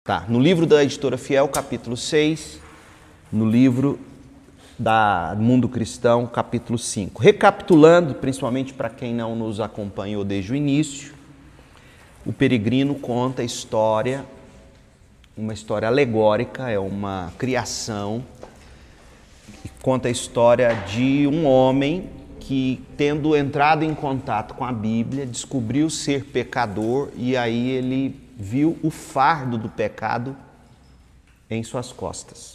Tá, no livro da Editora Fiel, capítulo 6, no livro da Mundo Cristão, capítulo 5. Recapitulando, principalmente para quem não nos acompanhou desde o início, o Peregrino conta a história, uma história alegórica, é uma criação, conta a história de um homem que, tendo entrado em contato com a Bíblia, descobriu ser pecador e aí ele viu o fardo do pecado em suas costas.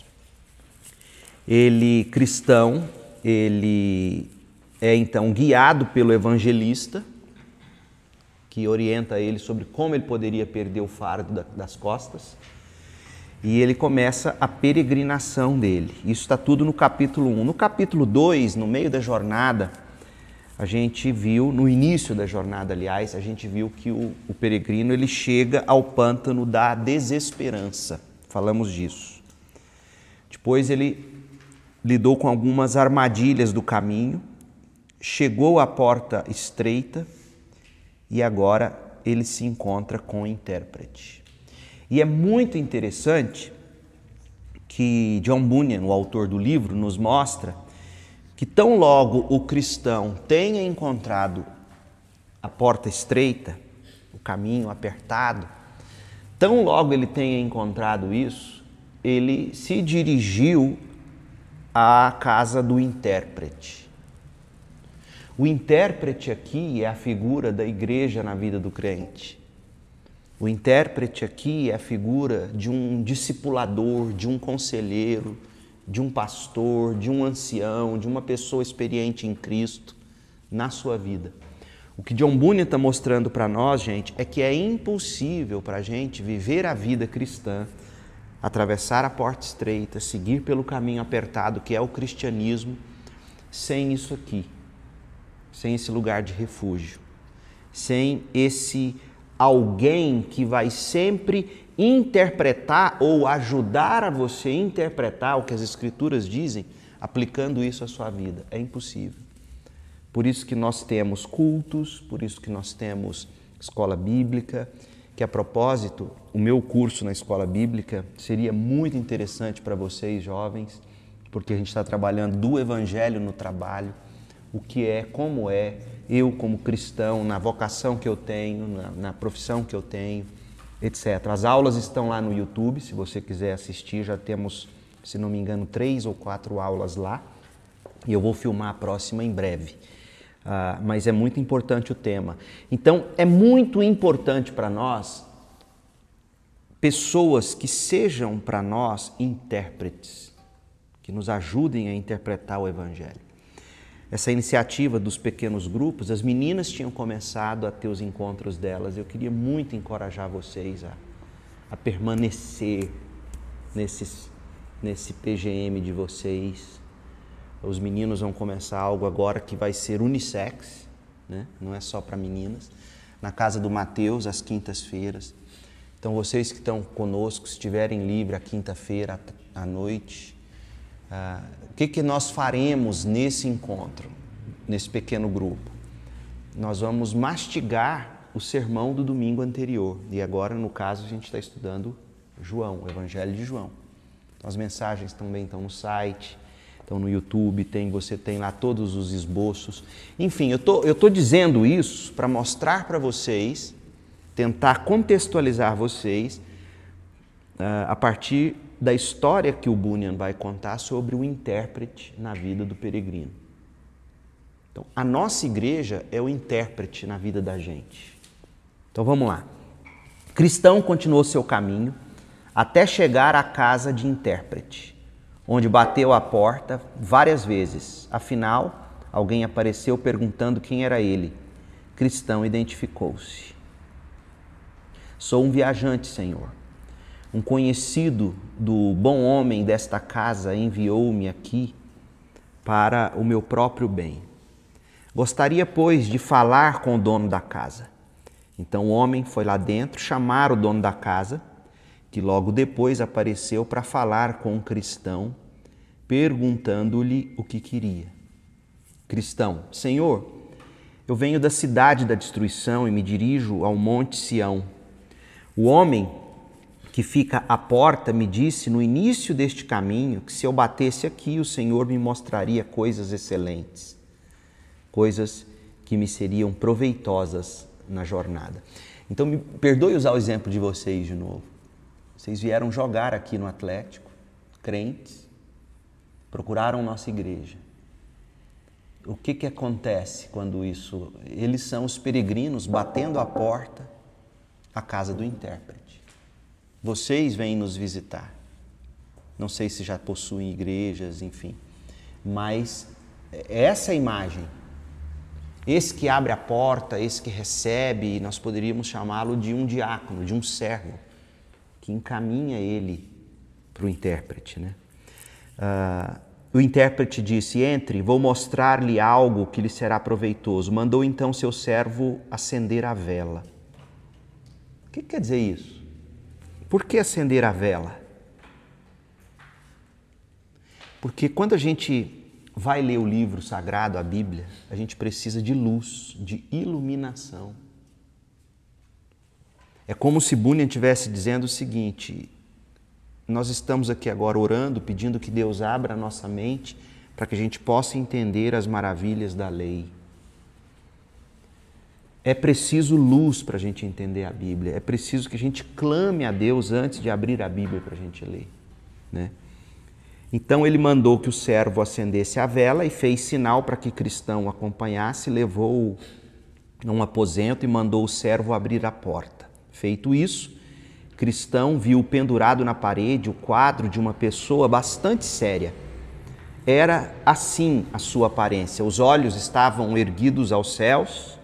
Ele, cristão, ele é então guiado pelo evangelista, que orienta ele sobre como ele poderia perder o fardo das costas, e ele começa a peregrinação dele. Isso está tudo no capítulo 1. No capítulo 2, no meio da jornada, a gente viu, no início da jornada, aliás, a gente viu que o peregrino ele chega ao pântano da desesperança. Falamos disso. Depois ele lidou com algumas armadilhas do caminho, chegou à porta estreita e agora ele se encontra com o intérprete. E é muito interessante que John Bunyan, o autor do livro, nos mostra que tão logo o cristão tenha encontrado a porta estreita, o caminho apertado, tão logo ele tenha encontrado isso, ele se dirigiu à casa do intérprete. O intérprete aqui é a figura da igreja na vida do crente. O intérprete aqui é a figura de um discipulador, de um conselheiro, de um pastor, de um ancião, de uma pessoa experiente em Cristo na sua vida. O que John Bunyan está mostrando para nós, gente, é que é impossível para a gente viver a vida cristã, atravessar a porta estreita, seguir pelo caminho apertado que é o cristianismo, sem isso aqui, sem esse lugar de refúgio, sem esse alguém que vai sempre interpretar ou ajudar a você a interpretar o que as Escrituras dizem, aplicando isso à sua vida. É impossível. Por isso que nós temos cultos, por isso que nós temos escola bíblica, que a propósito, o meu curso na escola bíblica seria muito interessante para vocês, jovens, porque a gente está trabalhando do Evangelho no trabalho, o que é, como é, eu como cristão, na vocação que eu tenho, na profissão que eu tenho, etc. As aulas estão lá no YouTube, se você quiser assistir, já temos, se não me engano, 3 ou 4 aulas lá, e eu vou filmar a próxima em breve. Mas é muito importante o tema. Então, é muito importante para nós pessoas que sejam para nós intérpretes, que nos ajudem a interpretar o Evangelho. Essa iniciativa dos pequenos grupos, as meninas tinham começado a ter os encontros delas. Eu queria muito encorajar vocês a permanecer nesse PGM de vocês. Os meninos vão começar algo agora que vai ser unissex, né? Não é só para meninas, na casa do Mateus, às quintas-feiras. Então vocês que estão conosco, se estiverem livre à quinta-feira à noite, o que nós faremos nesse encontro, nesse pequeno grupo? Nós vamos mastigar o sermão do domingo anterior. E agora, no caso, a gente está estudando João, o Evangelho de João. Então, as mensagens também estão no site, estão no YouTube, você tem lá todos os esboços. Enfim, eu tô dizendo isso para mostrar para vocês, tentar contextualizar vocês a partir da história que o Bunyan vai contar sobre o intérprete na vida do peregrino. Então, a nossa igreja é o intérprete na vida da gente. Então, vamos lá. Cristão continuou seu caminho até chegar à casa de intérprete, onde bateu à porta várias vezes. Afinal, alguém apareceu perguntando quem era ele. Cristão identificou-se. Sou um viajante, Senhor. Um conhecido do bom homem desta casa enviou-me aqui para o meu próprio bem. Gostaria, pois, de falar com o dono da casa. Então o homem foi lá dentro chamar o dono da casa, que logo depois apareceu para falar com o cristão, perguntando-lhe o que queria. Cristão: Senhor, eu venho da cidade da destruição e me dirijo ao monte Sião. O homem que fica à porta me disse no início deste caminho que se eu batesse aqui, o Senhor me mostraria coisas excelentes, coisas que me seriam proveitosas na jornada. Então, me perdoe usar o exemplo de vocês de novo. Vocês vieram jogar aqui no Atlético, crentes, procuraram nossa igreja. O que acontece quando isso? Eles são os peregrinos batendo a porta à casa do intérprete. Vocês vêm nos visitar. Não sei se já possuem igrejas, enfim. Mas essa é a imagem. Esse que abre a porta, esse que recebe, nós poderíamos chamá-lo de um diácono, de um servo, que encaminha ele para o intérprete, né? O intérprete disse: entre, vou mostrar-lhe algo que lhe será proveitoso. Mandou então seu servo acender a vela. O que quer dizer isso? Por que acender a vela? Porque quando a gente vai ler o livro sagrado, a Bíblia, a gente precisa de luz, de iluminação. É como se Bunyan estivesse dizendo o seguinte: nós estamos aqui agora orando, pedindo que Deus abra a nossa mente para que a gente possa entender as maravilhas da lei. É preciso luz para a gente entender a Bíblia. É preciso que a gente clame a Deus antes de abrir a Bíblia para a gente ler, né? Então ele mandou que o servo acendesse a vela e fez sinal para que Cristão o acompanhasse, levou-o a um aposento e mandou o servo abrir a porta. Feito isso, Cristão viu pendurado na parede o quadro de uma pessoa bastante séria. Era assim a sua aparência. Os olhos estavam erguidos aos céus,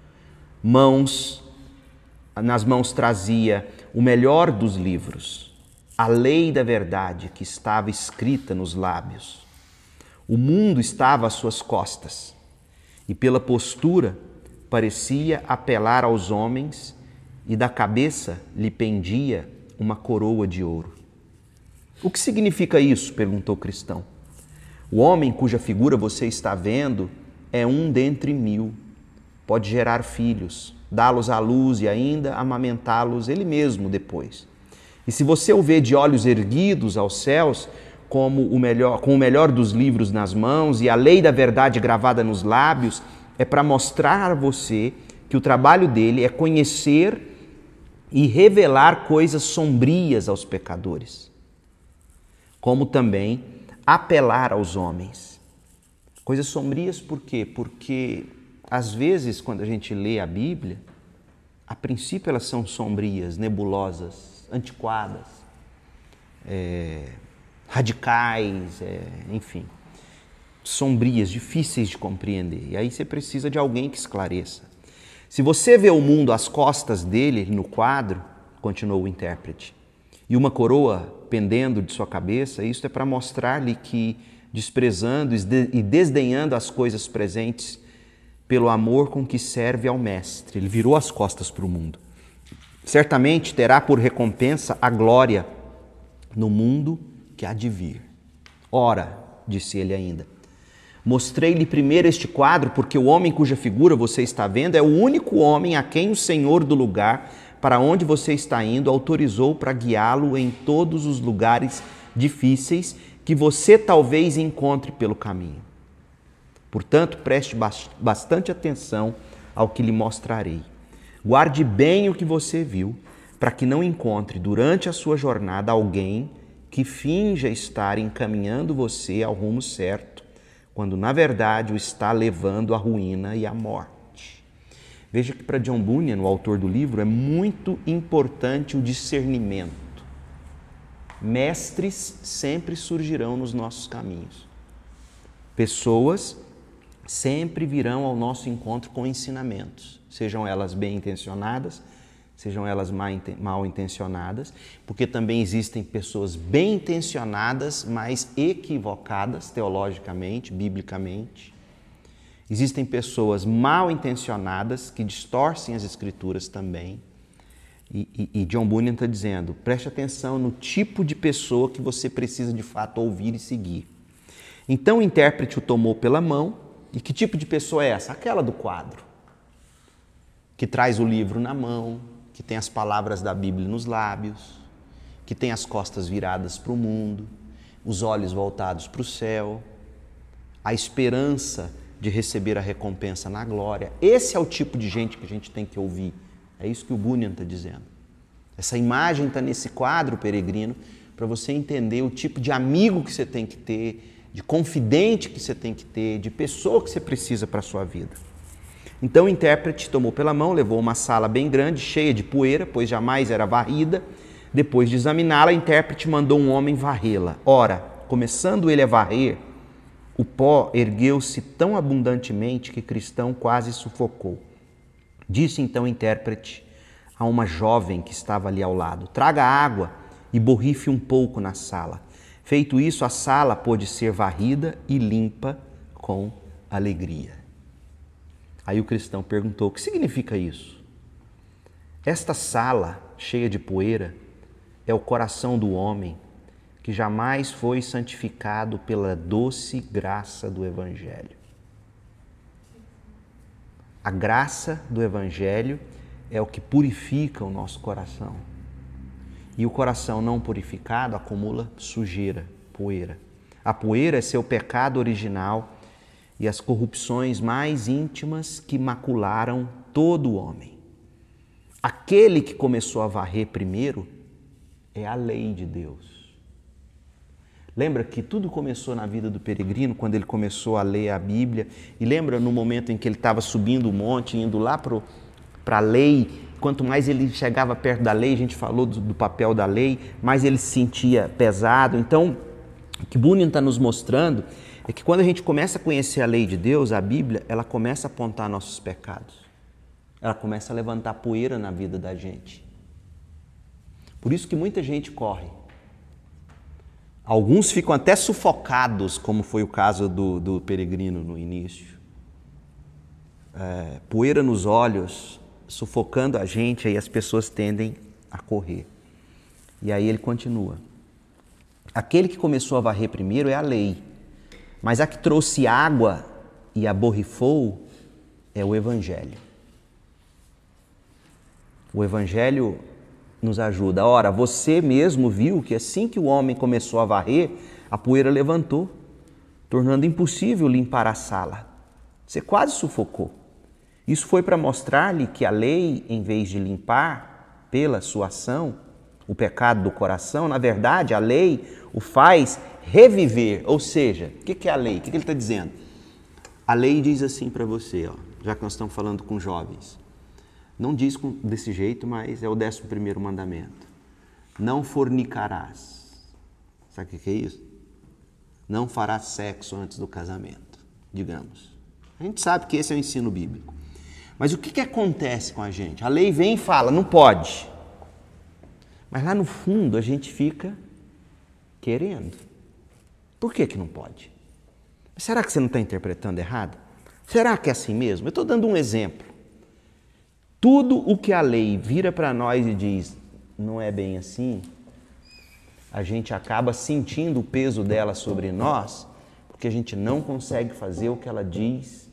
nas mãos trazia o melhor dos livros, a lei da verdade que estava escrita nos lábios. O mundo estava às suas costas e pela postura parecia apelar aos homens e da cabeça lhe pendia uma coroa de ouro. O que significa isso? Perguntou Cristão. O homem cuja figura você está vendo é um dentre mil. Pode gerar filhos, dá-los à luz e ainda amamentá-los ele mesmo depois. E se você o vê de olhos erguidos aos céus, com o melhor dos livros nas mãos e a lei da verdade gravada nos lábios, é para mostrar a você que o trabalho dele é conhecer e revelar coisas sombrias aos pecadores, como também apelar aos homens. Coisas sombrias por quê? Porque, às vezes, quando a gente lê a Bíblia, a princípio elas são sombrias, nebulosas, antiquadas, radicais, enfim, sombrias, difíceis de compreender. E aí você precisa de alguém que esclareça. Se você vê o mundo às costas dele, no quadro, continuou o intérprete, e uma coroa pendendo de sua cabeça, isso é para mostrar-lhe que, desprezando e desdenhando as coisas presentes, pelo amor com que serve ao Mestre, ele virou as costas para o mundo. Certamente terá por recompensa a glória no mundo que há de vir. Ora, disse ele ainda, mostrei-lhe primeiro este quadro porque o homem cuja figura você está vendo é o único homem a quem o Senhor do lugar para onde você está indo autorizou para guiá-lo em todos os lugares difíceis que você talvez encontre pelo caminho. Portanto, preste bastante atenção ao que lhe mostrarei. Guarde bem o que você viu, para que não encontre durante a sua jornada alguém que finja estar encaminhando você ao rumo certo, quando na verdade o está levando à ruína e à morte. Veja que para John Bunyan, o autor do livro, é muito importante o discernimento. Mestres sempre surgirão nos nossos caminhos. Pessoas sempre virão ao nosso encontro com ensinamentos, sejam elas bem intencionadas, sejam elas mal intencionadas, porque também existem pessoas bem intencionadas, mas equivocadas teologicamente, biblicamente. Existem pessoas mal intencionadas que distorcem as escrituras também. E John Bunyan está dizendo, preste atenção no tipo de pessoa que você precisa de fato ouvir e seguir. Então o intérprete o tomou pela mão. E que tipo de pessoa é essa? Aquela do quadro, que traz o livro na mão, que tem as palavras da Bíblia nos lábios, que tem as costas viradas para o mundo, os olhos voltados para o céu, a esperança de receber a recompensa na glória. Esse é o tipo de gente que a gente tem que ouvir. É isso que o Bunyan está dizendo. Essa imagem está nesse quadro, peregrino, para você entender o tipo de amigo que você tem que ter, de confidente que você tem que ter, de pessoa que você precisa para a sua vida. Então o intérprete tomou pela mão, levou uma sala bem grande, cheia de poeira, pois jamais era varrida. Depois de examiná-la, o intérprete mandou um homem varrê-la. Ora, começando ele a varrer, o pó ergueu-se tão abundantemente que Cristão quase sufocou. Disse então o intérprete a uma jovem que estava ali ao lado: traga água e borrife um pouco na sala. Feito isso, a sala pôde ser varrida e limpa com alegria. Aí o cristão perguntou: o que significa isso? Esta sala cheia de poeira é o coração do homem que jamais foi santificado pela doce graça do Evangelho. A graça do Evangelho é o que purifica o nosso coração. E o coração não purificado acumula sujeira, poeira. A poeira é seu pecado original e as corrupções mais íntimas que macularam todo o homem. Aquele que começou a varrer primeiro é a lei de Deus. Lembra que tudo começou na vida do peregrino, quando ele começou a ler a Bíblia, e lembra no momento em que ele estava subindo o monte, indo lá para a lei. Quanto mais ele chegava perto da lei, a gente falou do papel da lei, mais ele se sentia pesado. Então, o que Bunyan está nos mostrando é que quando a gente começa a conhecer a lei de Deus, a Bíblia, ela começa a apontar nossos pecados. Ela começa a levantar poeira na vida da gente. Por isso que muita gente corre. Alguns ficam até sufocados, como foi o caso do peregrino no início. Poeira nos olhos, sufocando a gente, aí as pessoas tendem a correr. E aí ele continua. Aquele que começou a varrer primeiro é a lei, mas a que trouxe água e a borrifou é o Evangelho. O Evangelho nos ajuda. Ora, você mesmo viu que assim que o homem começou a varrer, a poeira levantou, tornando impossível limpar a sala. Você quase sufocou. Isso foi para mostrar-lhe que a lei, em vez de limpar pela sua ação o pecado do coração, na verdade, a lei o faz reviver. Ou seja, o que é a lei? O que ele está dizendo? A lei diz assim para você, já que nós estamos falando com jovens. Não diz desse jeito, mas é o 11º mandamento. Não fornicarás. Sabe o que é isso? Não farás sexo antes do casamento, digamos. A gente sabe que esse é o ensino bíblico. Mas o que acontece com a gente? A lei vem e fala, não pode. Mas lá no fundo a gente fica querendo. Por que não pode? Será que você não está interpretando errado? Será que é assim mesmo? Eu estou dando um exemplo. Tudo o que a lei vira para nós e diz, não é bem assim, a gente acaba sentindo o peso dela sobre nós, porque a gente não consegue fazer o que ela diz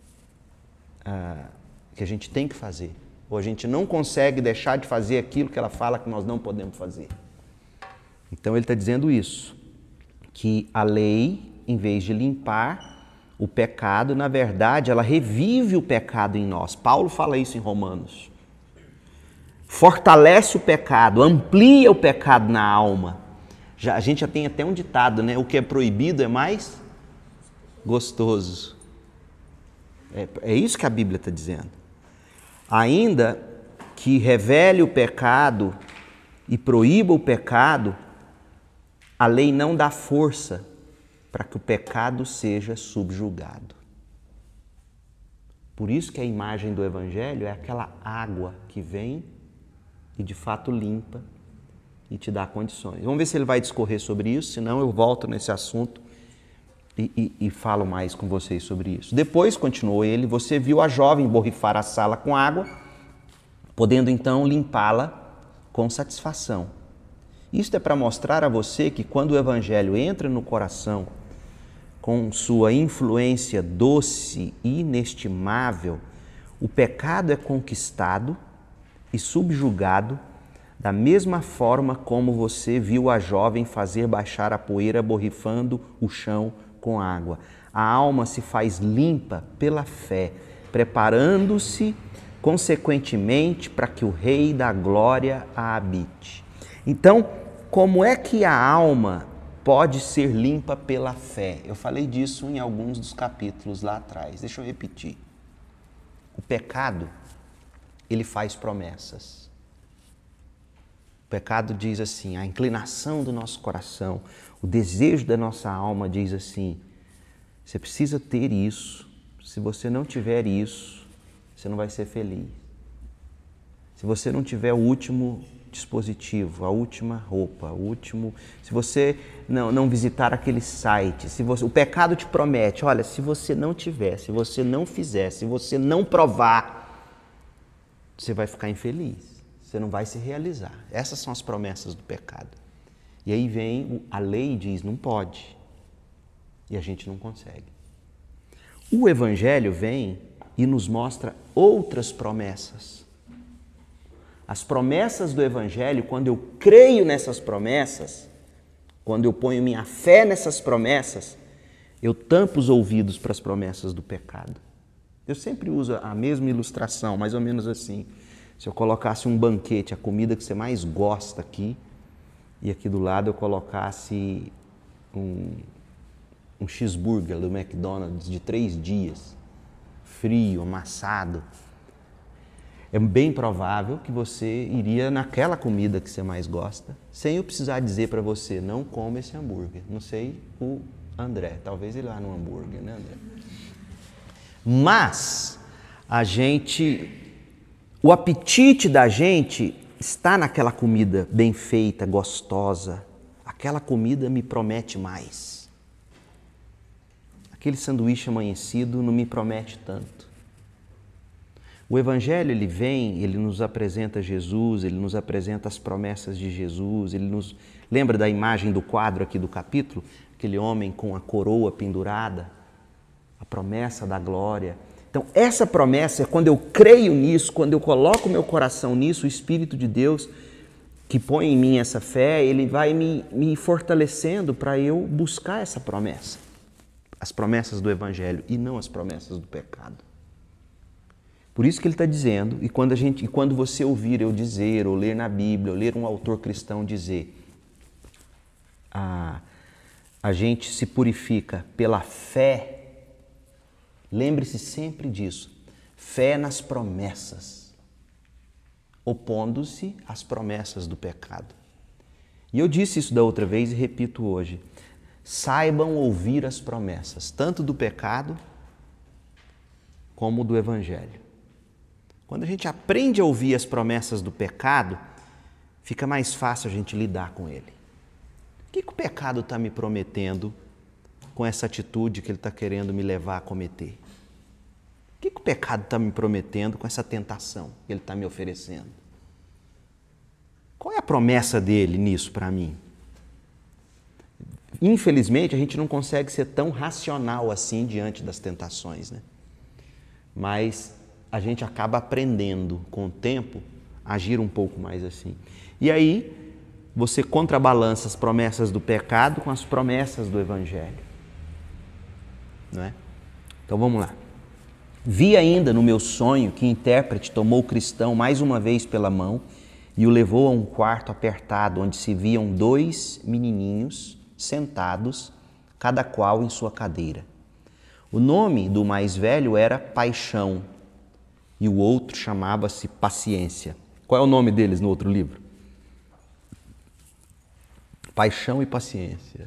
que a gente tem que fazer. Ou a gente não consegue deixar de fazer aquilo que ela fala que nós não podemos fazer. Então ele está dizendo isso, que a lei, em vez de limpar o pecado, na verdade, ela revive o pecado em nós. Paulo fala isso em Romanos. Fortalece o pecado, amplia o pecado na alma. A gente já tem até um ditado, né? O que é proibido é mais gostoso. É isso que a Bíblia está dizendo. Ainda que revele o pecado e proíba o pecado, a lei não dá força para que o pecado seja subjugado. Por isso que a imagem do Evangelho é aquela água que vem e de fato limpa e te dá condições. Vamos ver se ele vai discorrer sobre isso, senão eu volto nesse assunto e falo mais com vocês sobre isso. Depois, continuou ele, você viu a jovem borrifar a sala com água, podendo então limpá-la com satisfação. Isto é para mostrar a você que quando o Evangelho entra no coração, com sua influência doce e inestimável, o pecado é conquistado e subjugado Da mesma forma como você viu a jovem fazer baixar a poeira borrifando o chão com água. A alma se faz limpa pela fé, preparando-se consequentemente para que o Rei da Glória a habite. Então, como é que a alma pode ser limpa pela fé? Eu falei disso em alguns dos capítulos lá atrás. Deixa eu repetir. O pecado, ele faz promessas. O pecado diz assim, a inclinação do nosso coração, o desejo da nossa alma diz assim, você precisa ter isso, se você não tiver isso, você não vai ser feliz. Se você não tiver o último dispositivo, a última roupa, se você não visitar aquele site, o pecado te promete, olha, se você não tiver, se você não fizer, se você não provar, você vai ficar infeliz. Você não vai se realizar. Essas são as promessas do pecado. E aí vem, a lei diz, não pode. E a gente não consegue. O Evangelho vem e nos mostra outras promessas. As promessas do Evangelho, quando eu creio nessas promessas, quando eu ponho minha fé nessas promessas, eu tampo os ouvidos para as promessas do pecado. Eu sempre uso a mesma ilustração, mais ou menos assim. Se eu colocasse um banquete, a comida que você mais gosta aqui, e aqui do lado eu colocasse um cheeseburger do McDonald's de 3 dias, frio, amassado, é bem provável que você iria naquela comida que você mais gosta, sem eu precisar dizer para você, não coma esse hambúrguer. Não sei o André, talvez ele vá no hambúrguer, né, André? Mas o apetite da gente está naquela comida bem feita, gostosa. Aquela comida me promete mais. Aquele sanduíche amanhecido não me promete tanto. O Evangelho, ele vem, ele nos apresenta Jesus, ele nos apresenta as promessas de Jesus, ele nos... Lembra da imagem do quadro aqui do capítulo? Aquele homem com a coroa pendurada, a promessa da glória. Então, essa promessa, quando eu creio nisso, quando eu coloco meu coração nisso, o Espírito de Deus, que põe em mim essa fé, ele vai me fortalecendo para eu buscar essa promessa. As promessas do Evangelho e não as promessas do pecado. Por isso que ele está dizendo, e quando você ouvir eu dizer, ou ler na Bíblia, ou ler um autor cristão dizer, a gente se purifica pela fé. Lembre-se sempre disso, fé nas promessas, opondo-se às promessas do pecado. E eu disse isso da outra vez e repito hoje, saibam ouvir as promessas, tanto do pecado como do Evangelho. Quando a gente aprende a ouvir as promessas do pecado, fica mais fácil a gente lidar com ele. O que o pecado está me prometendo com essa atitude que ele está querendo me levar a cometer? O que o pecado está me prometendo com essa tentação que ele está me oferecendo? Qual é a promessa dele nisso para mim? Infelizmente, a gente não consegue ser tão racional assim diante das tentações, né? Mas a gente acaba aprendendo com o tempo a agir um pouco mais assim. E aí, você contrabalança as promessas do pecado com as promessas do Evangelho. Não é? Então vamos lá. Vi ainda no meu sonho que o intérprete tomou o cristão mais uma vez pela mão e o levou a um quarto apertado, onde se viam 2 menininhos sentados, cada qual em sua cadeira. O nome do mais velho era Paixão e o outro chamava-se Paciência. Qual é o nome deles no outro livro? Paixão e Paciência.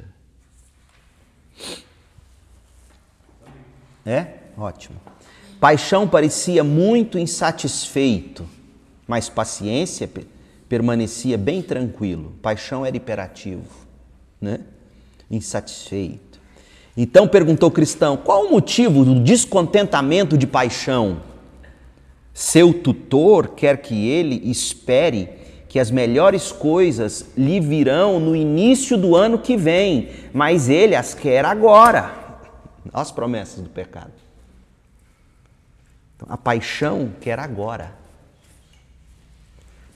É? Ótimo. Paixão parecia muito insatisfeito, mas Paciência permanecia bem tranquilo. Paixão era hiperativo, né? Insatisfeito. Então perguntou o cristão, qual o motivo do descontentamento de Paixão? Seu tutor quer que ele espere que as melhores coisas lhe virão no início do ano que vem, mas ele as quer agora. Olha as promessas do pecado. Então, a paixão quer agora.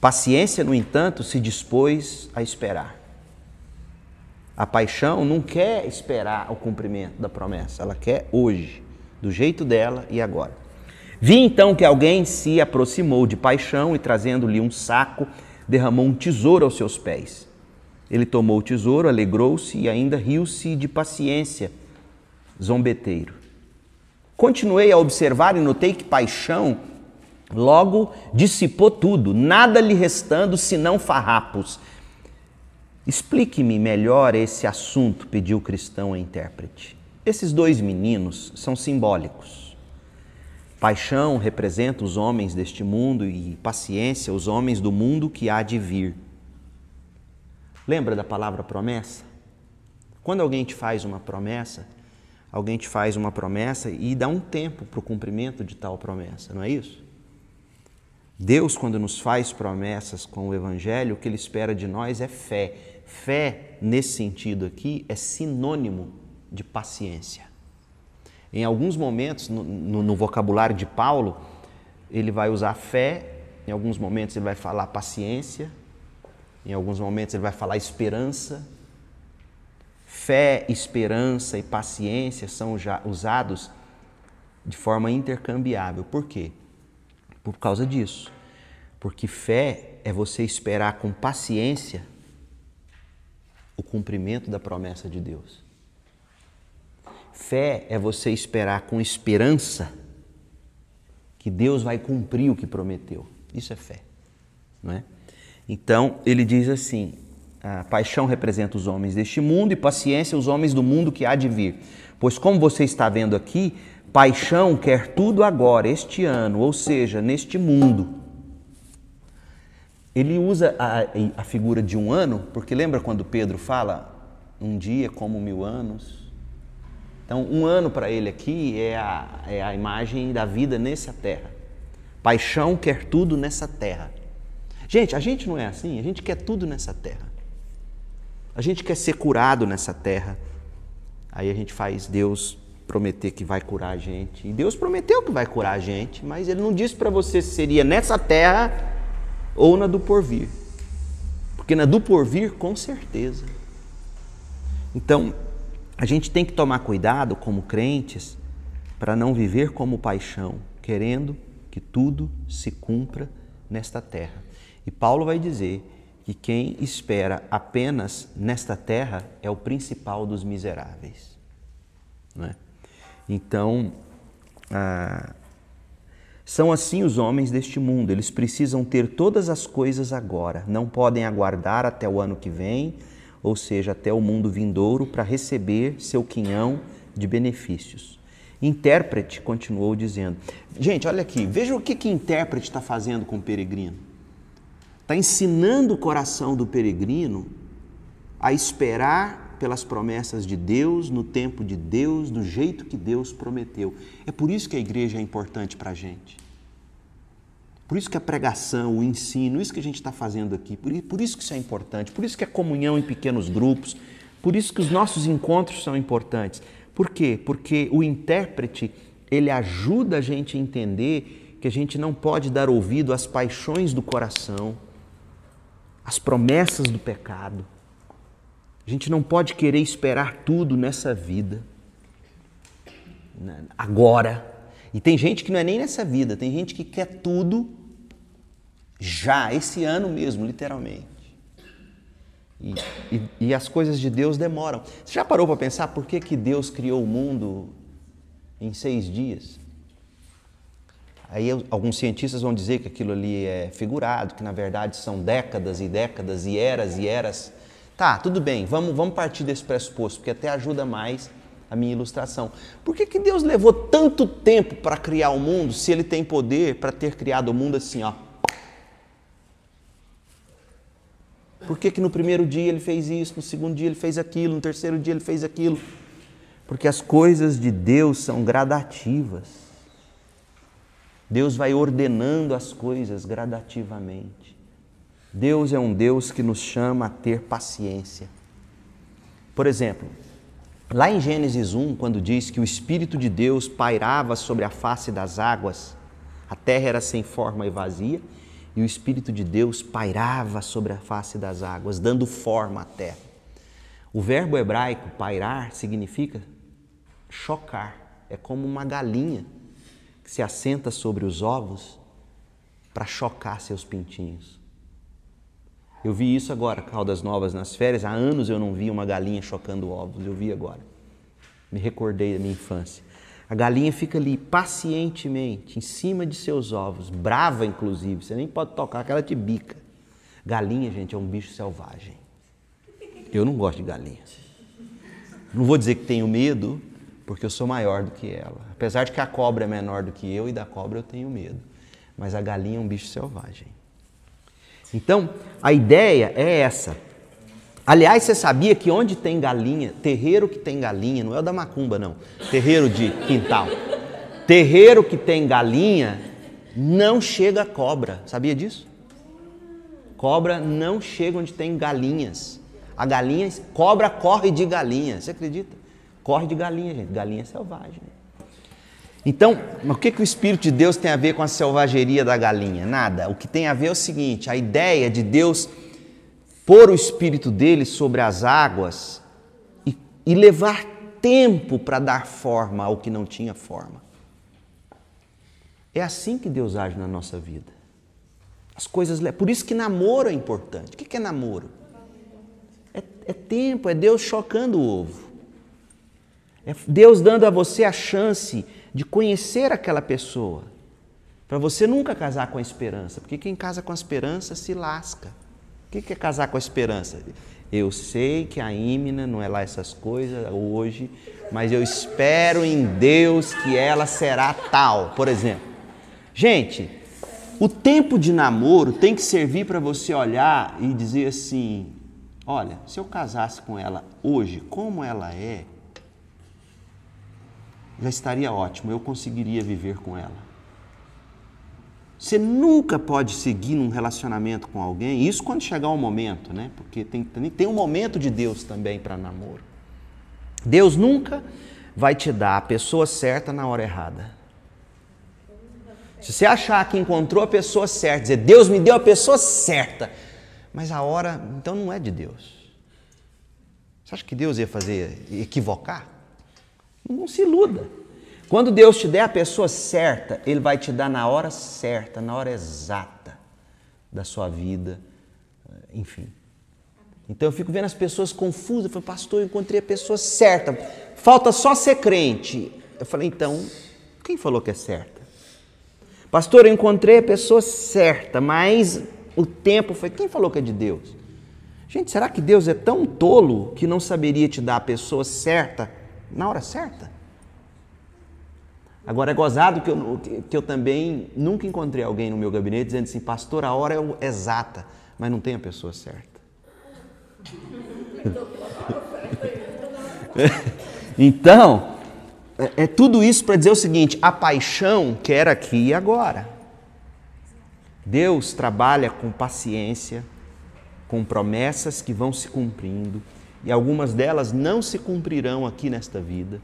Paciência, no entanto, se dispôs a esperar. A paixão não quer esperar o cumprimento da promessa, ela quer hoje, do jeito dela e agora. Vi então que alguém se aproximou de paixão e, trazendo-lhe um saco, derramou um tesouro aos seus pés. Ele tomou o tesouro, alegrou-se e ainda riu-se de paciência, zombeteiro. Continuei a observar e notei que paixão logo dissipou tudo, nada lhe restando senão farrapos. Explique-me melhor esse assunto, pediu o cristão a intérprete. Esses dois meninos são simbólicos. Paixão representa os homens deste mundo e paciência os homens do mundo que há de vir. Lembra da palavra promessa? Quando alguém te faz uma promessa, alguém te faz uma promessa e dá um tempo para o cumprimento de tal promessa, não é isso? Deus, quando nos faz promessas com o Evangelho, o que Ele espera de nós é fé. Fé, nesse sentido aqui, é sinônimo de paciência. Em alguns momentos, no vocabulário de Paulo, ele vai usar fé, em alguns momentos ele vai falar paciência, em alguns momentos ele vai falar esperança. Fé, esperança e paciência são já usados de forma intercambiável. Por quê? Por causa disso. Porque fé é você esperar com paciência o cumprimento da promessa de Deus. Fé é você esperar com esperança que Deus vai cumprir o que prometeu. Isso é fé, não é? Então, ele diz assim, a paixão representa os homens deste mundo e paciência os homens do mundo que há de vir. Pois como você está vendo aqui, paixão quer tudo agora, este ano, ou seja, neste mundo. Ele usa a figura de um ano, porque lembra quando Pedro fala, um dia como 1000 anos? Então, um ano para ele aqui é a imagem da vida nessa terra. Paixão quer tudo nessa terra. Gente, a gente não é assim, a gente quer tudo nessa terra. A gente quer ser curado nessa terra. Aí a gente faz Deus prometer que vai curar a gente. E Deus prometeu que vai curar a gente, mas Ele não disse para você se seria nessa terra ou na do porvir. Porque na do porvir, com certeza. Então, a gente tem que tomar cuidado como crentes para não viver como paixão, querendo que tudo se cumpra nesta terra. E Paulo vai dizer que quem espera apenas nesta terra é o principal dos miseráveis. Não é? Então, são assim os homens deste mundo, eles precisam ter todas as coisas agora, não podem aguardar até o ano que vem, ou seja, até o mundo vindouro, para receber seu quinhão de benefícios. Intérprete continuou dizendo, gente, olha aqui, veja o que intérprete está fazendo com o peregrino. Está ensinando o coração do peregrino a esperar pelas promessas de Deus, no tempo de Deus, do jeito que Deus prometeu. É por isso que a igreja é importante para a gente. Por isso que a pregação, o ensino, isso que a gente está fazendo aqui, por isso que isso é importante, por isso que a comunhão em pequenos grupos, por isso que os nossos encontros são importantes. Por quê? Porque o intérprete, ele ajuda a gente a entender que a gente não pode dar ouvido às paixões do coração, às promessas do pecado. A gente não pode querer esperar tudo nessa vida, agora. E tem gente que não é nem nessa vida, tem gente que quer tudo já, esse ano mesmo, literalmente. E as coisas de Deus demoram. Você já parou para pensar por que Deus criou o mundo em 6 dias? Aí alguns cientistas vão dizer que aquilo ali é figurado, que na verdade são décadas e décadas e eras. Tá, tudo bem, vamos partir desse pressuposto, porque até ajuda mais a minha ilustração. Por que Deus levou tanto tempo para criar o mundo, se Ele tem poder para ter criado o mundo assim, ó? Por que no primeiro dia Ele fez isso, no segundo dia Ele fez aquilo, no terceiro dia Ele fez aquilo? Porque as coisas de Deus são gradativas. Deus vai ordenando as coisas gradativamente. Deus é um Deus que nos chama a ter paciência. Por exemplo, lá em Gênesis 1, quando diz que o Espírito de Deus pairava sobre a face das águas, a terra era sem forma e vazia, e o Espírito de Deus pairava sobre a face das águas, dando forma à terra. O verbo hebraico pairar significa chocar. É como uma galinha que se assenta sobre os ovos para chocar seus pintinhos. Eu vi isso agora, Caldas Novas, nas férias. Há anos eu não vi uma galinha chocando ovos, eu vi agora. Me recordei da minha infância. A galinha fica ali pacientemente, em cima de seus ovos, brava inclusive, você nem pode tocar que ela te bica. Galinha, gente, é um bicho selvagem. Eu não gosto de galinha. Não vou dizer que tenho medo, porque eu sou maior do que ela. Apesar de que a cobra é menor do que eu e da cobra eu tenho medo. Mas a galinha é um bicho selvagem. Então, a ideia é essa. Aliás, você sabia que onde tem galinha, terreiro que tem galinha, não é o da macumba não, terreiro de quintal. Terreiro que tem galinha, não chega cobra. Sabia disso? Cobra não chega onde tem galinhas. A galinha, cobra corre de galinha. Você acredita? Corre de galinha, gente. Galinha é selvagem. Então, o que o Espírito de Deus tem a ver com a selvageria da galinha? Nada. O que tem a ver é o seguinte, a ideia de Deus pôr o Espírito dele sobre as águas e levar tempo para dar forma ao que não tinha forma. É assim que Deus age na nossa vida. As coisas, por isso que namoro é importante. O que é namoro? É tempo, é Deus chocando o ovo. É Deus dando a você a chance de conhecer aquela pessoa. Para você nunca casar com a esperança. Porque quem casa com a esperança se lasca. O que é casar com a esperança? Eu sei que a ímina não é lá essas coisas hoje, mas eu espero em Deus que ela será tal, por exemplo. Gente, o tempo de namoro tem que servir para você olhar e dizer assim, olha, se eu casasse com ela hoje, como ela é, já estaria ótimo, eu conseguiria viver com ela. Você nunca pode seguir num relacionamento com alguém, isso quando chegar o momento, né? Porque tem um momento de Deus também para namoro. Deus nunca vai te dar a pessoa certa na hora errada. Se você achar que encontrou a pessoa certa, dizer, Deus me deu a pessoa certa, mas a hora, então não é de Deus. Você acha que Deus ia fazer equivocar? Não se iluda. Quando Deus te der a pessoa certa, Ele vai te dar na hora certa, na hora exata da sua vida, enfim. Então eu fico vendo as pessoas confusas, eu falo, pastor, eu encontrei a pessoa certa, falta só ser crente. Eu falei, então, quem falou que é certa? Pastor, eu encontrei a pessoa certa, mas o tempo foi, quem falou que é de Deus? Gente, será que Deus é tão tolo que não saberia te dar a pessoa certa na hora certa? Agora é gozado que eu também nunca encontrei alguém no meu gabinete dizendo assim, pastor, a hora é exata, mas não tem a pessoa certa. Então, é tudo isso para dizer o seguinte, a paixão quer aqui e agora. Deus trabalha com paciência, com promessas que vão se cumprindo, e algumas delas não se cumprirão aqui nesta vida.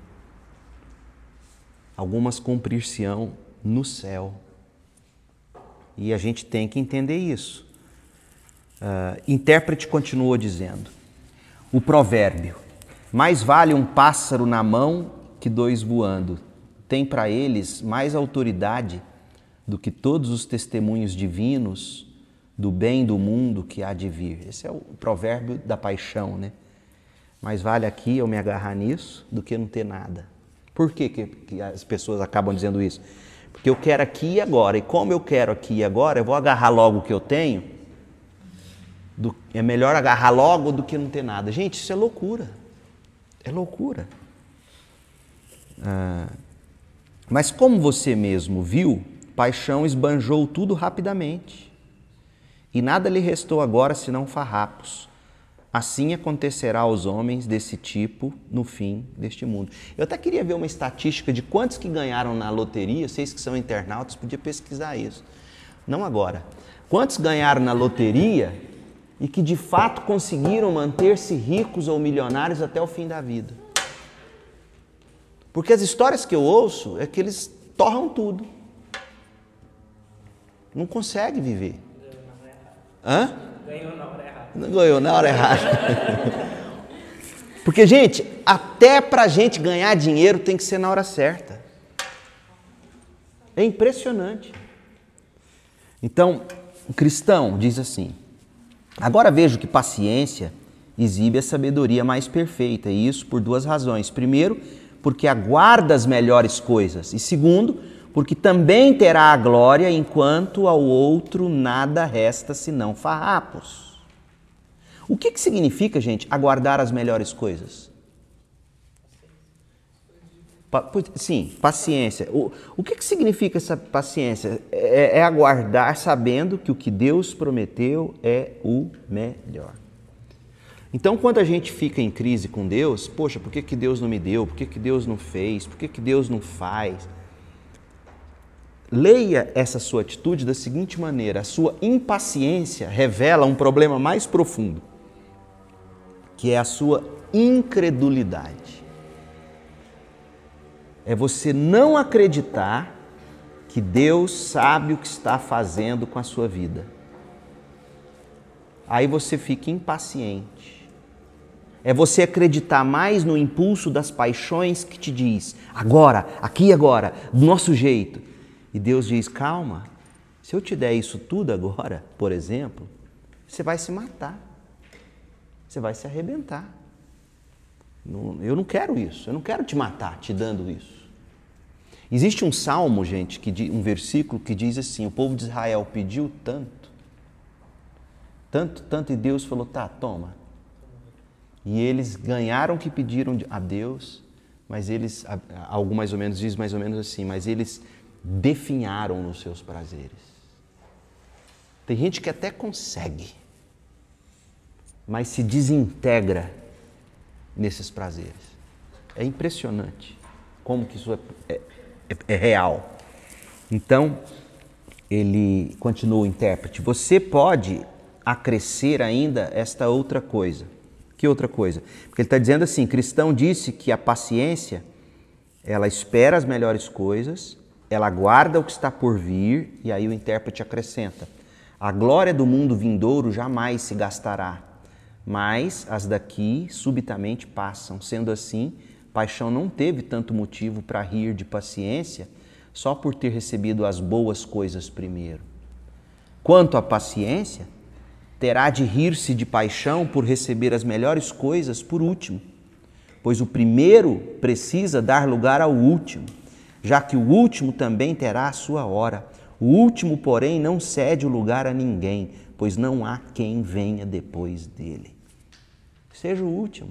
Algumas cumprir-se-ão no céu. E a gente tem que entender isso. Intérprete continuou dizendo, o provérbio, mais vale um pássaro na mão que dois voando. Tem para eles mais autoridade do que todos os testemunhos divinos do bem do mundo que há de vir. Esse é o provérbio da paixão, né? Mais vale aqui eu me agarrar nisso do que não ter nada. Por que as pessoas acabam dizendo isso? Porque eu quero aqui e agora. E como eu quero aqui e agora, eu vou agarrar logo o que eu tenho. É melhor agarrar logo do que não ter nada. Gente, isso é loucura. É loucura. Mas como você mesmo viu, paixão esbanjou tudo rapidamente. E nada lhe restou agora senão farrapos. Assim acontecerá aos homens desse tipo no fim deste mundo. Eu até queria ver uma estatística de quantos que ganharam na loteria, vocês que são internautas, podiam pesquisar isso. Não agora. Quantos ganharam na loteria e que de fato conseguiram manter-se ricos ou milionários até o fim da vida? Porque as histórias que eu ouço é que eles torram tudo. Não conseguem viver. Hã? Ganhou na hora errada. Não ganhou na hora errada. Porque, gente, até pra gente ganhar dinheiro tem que ser na hora certa. É impressionante. Então, o cristão diz assim: agora vejo que paciência exibe a sabedoria mais perfeita, e isso por duas razões. Primeiro, porque aguarda as melhores coisas, e segundo, porque também terá a glória, enquanto ao outro nada resta senão farrapos. O que significa, gente, aguardar as melhores coisas? Sim, paciência. O que significa essa paciência? É aguardar sabendo que o que Deus prometeu é o melhor. Então, quando a gente fica em crise com Deus, poxa, por que Deus não me deu? Por que Deus não fez? Por que Deus não faz? Leia essa sua atitude da seguinte maneira: a sua impaciência revela um problema mais profundo, que é a sua incredulidade. É você não acreditar que Deus sabe o que está fazendo com a sua vida. Aí você fica impaciente. É você acreditar mais no impulso das paixões que te diz: agora, aqui e agora, do nosso jeito. E Deus diz: calma, se eu te der isso tudo agora, por exemplo, você vai se matar. Você vai se arrebentar. Eu não quero isso, eu não quero te matar te dando isso. Existe um salmo, gente, um versículo que diz assim: o povo de Israel pediu tanto, e Deus falou: tá, toma. E eles ganharam o que pediram a Deus, mas eles, algo mais ou menos diz mais ou menos assim, mas eles definharam nos seus prazeres. Tem gente que até consegue, mas se desintegra nesses prazeres. É impressionante como que isso é real. Então, ele continua o intérprete: você pode acrescer ainda esta outra coisa. Que outra coisa? Porque ele está dizendo assim: cristão disse que a paciência, ela espera as melhores coisas, ela aguarda o que está por vir, e aí o intérprete acrescenta: a glória do mundo vindouro jamais se gastará, mas as daqui subitamente passam. Sendo assim, paixão não teve tanto motivo para rir de paciência só por ter recebido as boas coisas primeiro. Quanto à paciência, terá de rir-se de paixão por receber as melhores coisas por último, pois o primeiro precisa dar lugar ao último, já que o último também terá a sua hora. O último, porém, não cede o lugar a ninguém, pois não há quem venha depois dele. Seja o último.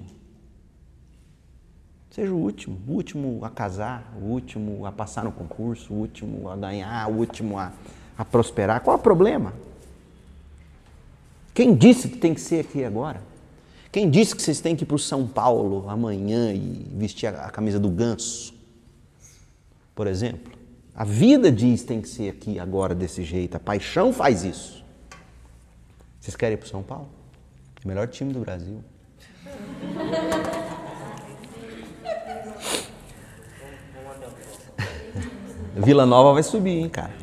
Seja o último a casar, o último a passar no concurso, o último a ganhar, o último a prosperar. Qual é o problema? Quem disse que tem que ser aqui agora? Quem disse que vocês têm que ir para o São Paulo amanhã e vestir a camisa do Ganso? Por exemplo, a vida diz que tem que ser aqui agora desse jeito, a paixão faz isso. Vocês querem ir para o São Paulo? O melhor time do Brasil. Vila Nova vai subir, hein, cara?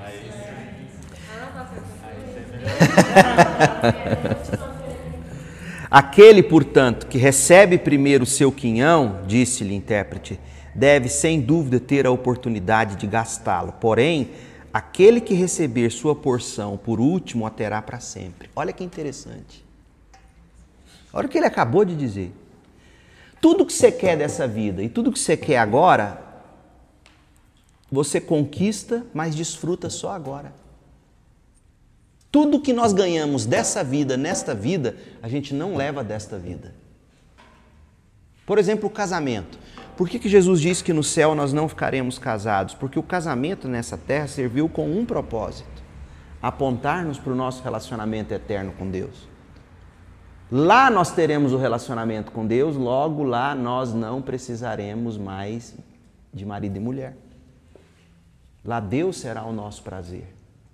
Aquele, portanto, que recebe primeiro o seu quinhão, disse-lhe o intérprete, deve sem dúvida ter a oportunidade de gastá-lo. Porém, aquele que receber sua porção por último a terá para sempre. Olha que interessante. Olha o que ele acabou de dizer. Tudo que você quer dessa vida e tudo que você quer agora, você conquista, mas desfruta só agora. Tudo que nós ganhamos dessa vida, nesta vida, a gente não leva desta vida. Por exemplo, o casamento. Por que Jesus disse que no céu nós não ficaremos casados? Porque o casamento nessa terra serviu com um propósito: apontar-nos para o nosso relacionamento eterno com Deus. Lá nós teremos o relacionamento com Deus, logo lá nós não precisaremos mais de marido e mulher. Lá Deus será o nosso prazer.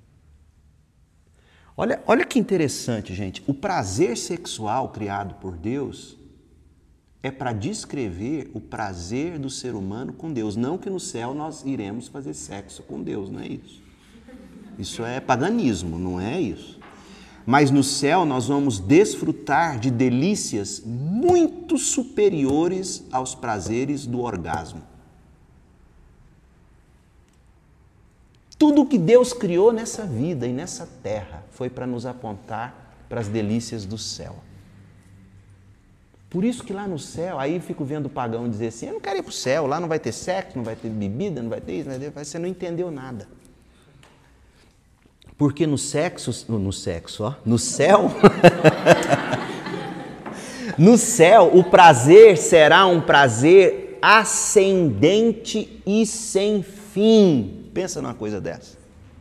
Olha que interessante, gente. O prazer sexual criado por Deus é para descrever o prazer do ser humano com Deus. Não que no céu nós iremos fazer sexo com Deus, não é isso. Isso é paganismo, não é isso. Mas no céu nós vamos desfrutar de delícias muito superiores aos prazeres do orgasmo. Tudo que Deus criou nessa vida e nessa terra foi para nos apontar para as delícias do céu. Por isso que lá no céu, aí eu fico vendo o pagão dizer assim, eu não quero ir para o céu, lá não vai ter sexo, não vai ter bebida, não vai ter isso, você não entendeu nada. Porque no céu, no céu, o prazer será um prazer ascendente e sem fim. Pensa numa coisa dessa.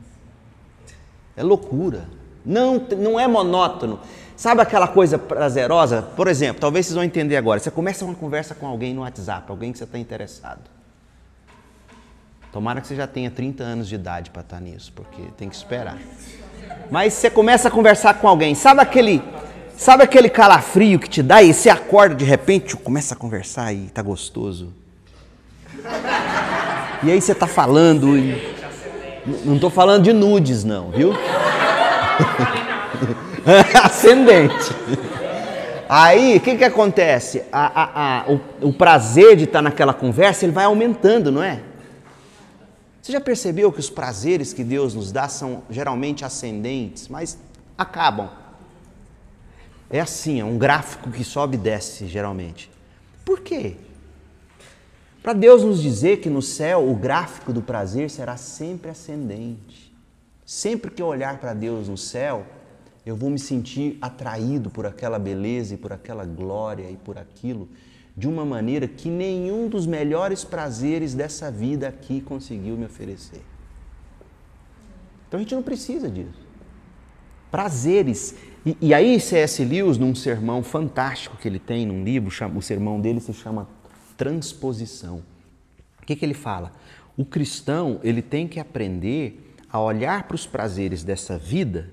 É loucura. Não é monótono. Sabe aquela coisa prazerosa? Por exemplo, talvez vocês vão entender agora. Você começa uma conversa com alguém no WhatsApp, alguém que você está interessado. Tomara que você já tenha 30 anos de idade para estar nisso, porque tem que esperar. Mas você começa a conversar com alguém, sabe aquele calafrio que te dá e você acorda de repente, começa a conversar e tá gostoso. E aí você tá falando e... Não estou falando de nudes não, viu? Ascendente. Aí, o que acontece? O prazer de estar naquela conversa, ele vai aumentando, não é? Você já percebeu que os prazeres que Deus nos dá são geralmente ascendentes, mas acabam? É assim, é um gráfico que sobe e desce, geralmente. Por quê? Para Deus nos dizer que no céu o gráfico do prazer será sempre ascendente. Sempre que eu olhar para Deus no céu, eu vou me sentir atraído por aquela beleza e por aquela glória e por aquilo, de uma maneira que nenhum dos melhores prazeres dessa vida aqui conseguiu me oferecer. Então a gente não precisa disso. Prazeres. E aí C.S. Lewis, num sermão fantástico que ele tem num livro, o sermão dele se chama Transposição. O que ele fala? O cristão, ele tem que aprender a olhar para os prazeres dessa vida,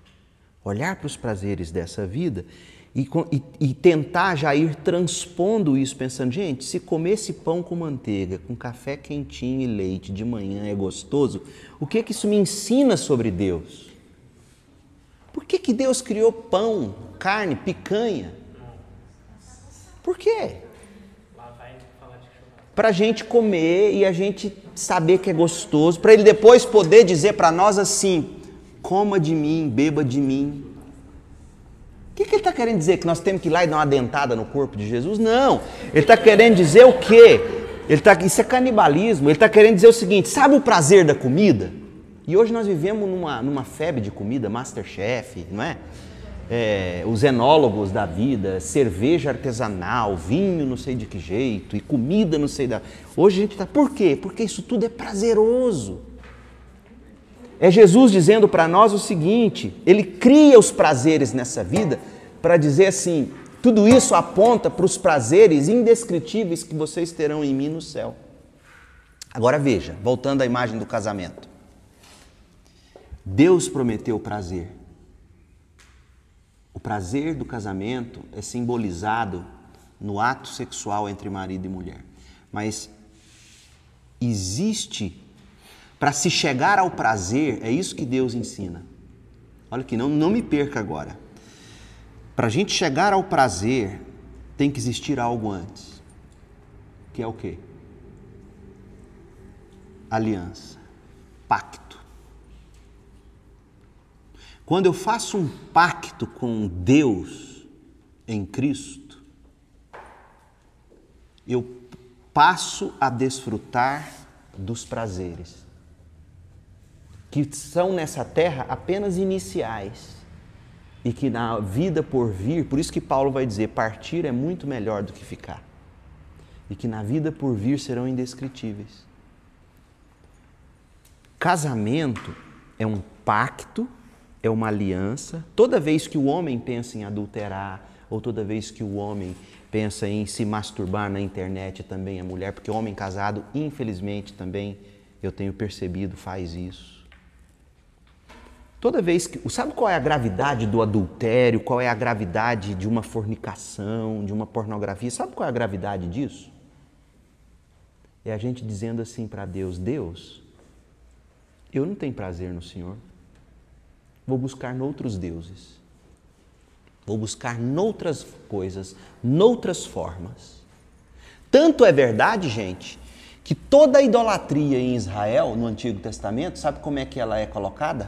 e tentar já ir transpondo isso, pensando, gente, se comer esse pão com manteiga, com café quentinho e leite de manhã é gostoso, o que isso me ensina sobre Deus? Por que Deus criou pão, carne, picanha? Por quê? Para a gente comer e a gente saber que é gostoso, para Ele depois poder dizer para nós assim, coma de mim, beba de mim. O que Ele está querendo dizer? Que nós temos que ir lá e dar uma dentada no corpo de Jesus? Não. Ele está querendo dizer o quê? Isso é canibalismo. Ele está querendo dizer o seguinte, sabe o prazer da comida? E hoje nós vivemos numa febre de comida, Masterchef, não é? Os enólogos da vida, cerveja artesanal, vinho não sei de que jeito, e comida não sei da... Hoje a gente está... Por quê? Porque isso tudo é prazeroso. É Jesus dizendo para nós o seguinte, Ele cria os prazeres nessa vida para dizer assim, tudo isso aponta para os prazeres indescritíveis que vocês terão em mim no céu. Agora veja, voltando à imagem do casamento. Deus prometeu prazer. O prazer do casamento é simbolizado no ato sexual entre marido e mulher. Mas existe... Para se chegar ao prazer, é isso que Deus ensina. Olha aqui, não me perca agora. Para a gente chegar ao prazer, tem que existir algo antes. Que é o quê? Aliança, pacto. Quando eu faço um pacto com Deus em Cristo, eu passo a desfrutar dos prazeres, que são nessa terra apenas iniciais e que na vida por vir, por isso que Paulo vai dizer, partir é muito melhor do que ficar, e que na vida por vir serão indescritíveis. Casamento é um pacto, é uma aliança. Toda vez que o homem pensa em adulterar, ou toda vez que o homem pensa em se masturbar na internet, também a mulher, porque o homem casado, infelizmente, também, eu tenho percebido, faz isso. Toda vez que... Sabe qual é a gravidade do adultério? Qual é a gravidade de uma fornicação, de uma pornografia? Sabe qual é a gravidade disso? É a gente dizendo assim para Deus, Deus, eu não tenho prazer no Senhor, vou buscar noutros deuses. Vou buscar noutras coisas, noutras formas. Tanto é verdade, gente, que toda a idolatria em Israel, no Antigo Testamento, sabe como é que ela é colocada?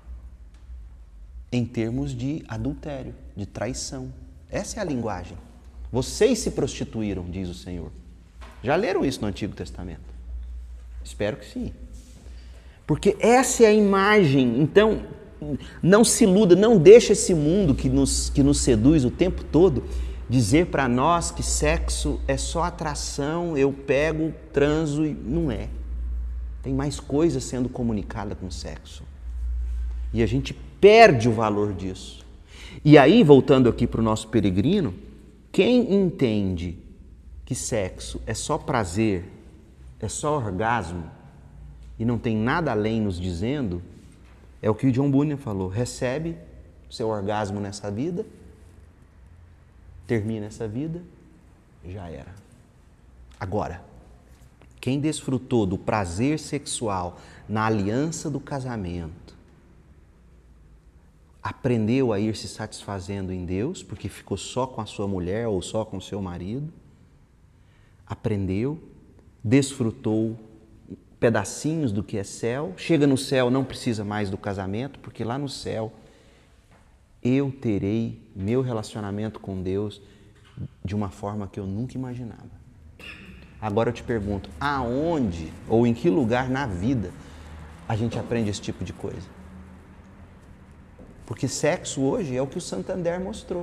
Em termos de adultério, de traição. Essa é a linguagem. Vocês se prostituíram, diz o Senhor. Já leram isso no Antigo Testamento? Espero que sim. Porque essa é a imagem. Então, não se iluda, não deixe esse mundo que nos seduz o tempo todo dizer para nós que sexo é só atração, eu pego, transo e não é. Tem mais coisa sendo comunicada com sexo. E a gente perde o valor disso. E aí, voltando aqui para o nosso peregrino, quem entende que sexo é só prazer, é só orgasmo, e não tem nada além nos dizendo, é o que o John Bunyan falou: recebe seu orgasmo nessa vida, termina essa vida, já era. Agora, quem desfrutou do prazer sexual na aliança do casamento, aprendeu a ir se satisfazendo em Deus, porque ficou só com a sua mulher ou só com o seu marido, aprendeu, desfrutou pedacinhos do que é céu, chega no céu, não precisa mais do casamento, porque lá no céu eu terei meu relacionamento com Deus de uma forma que eu nunca imaginava. Agora eu te pergunto, aonde ou em que lugar na vida a gente aprende esse tipo de coisa? Porque sexo hoje é o que o Santander mostrou.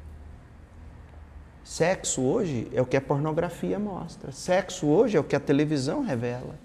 Sexo hoje é o que a pornografia mostra. Sexo hoje é o que a televisão revela.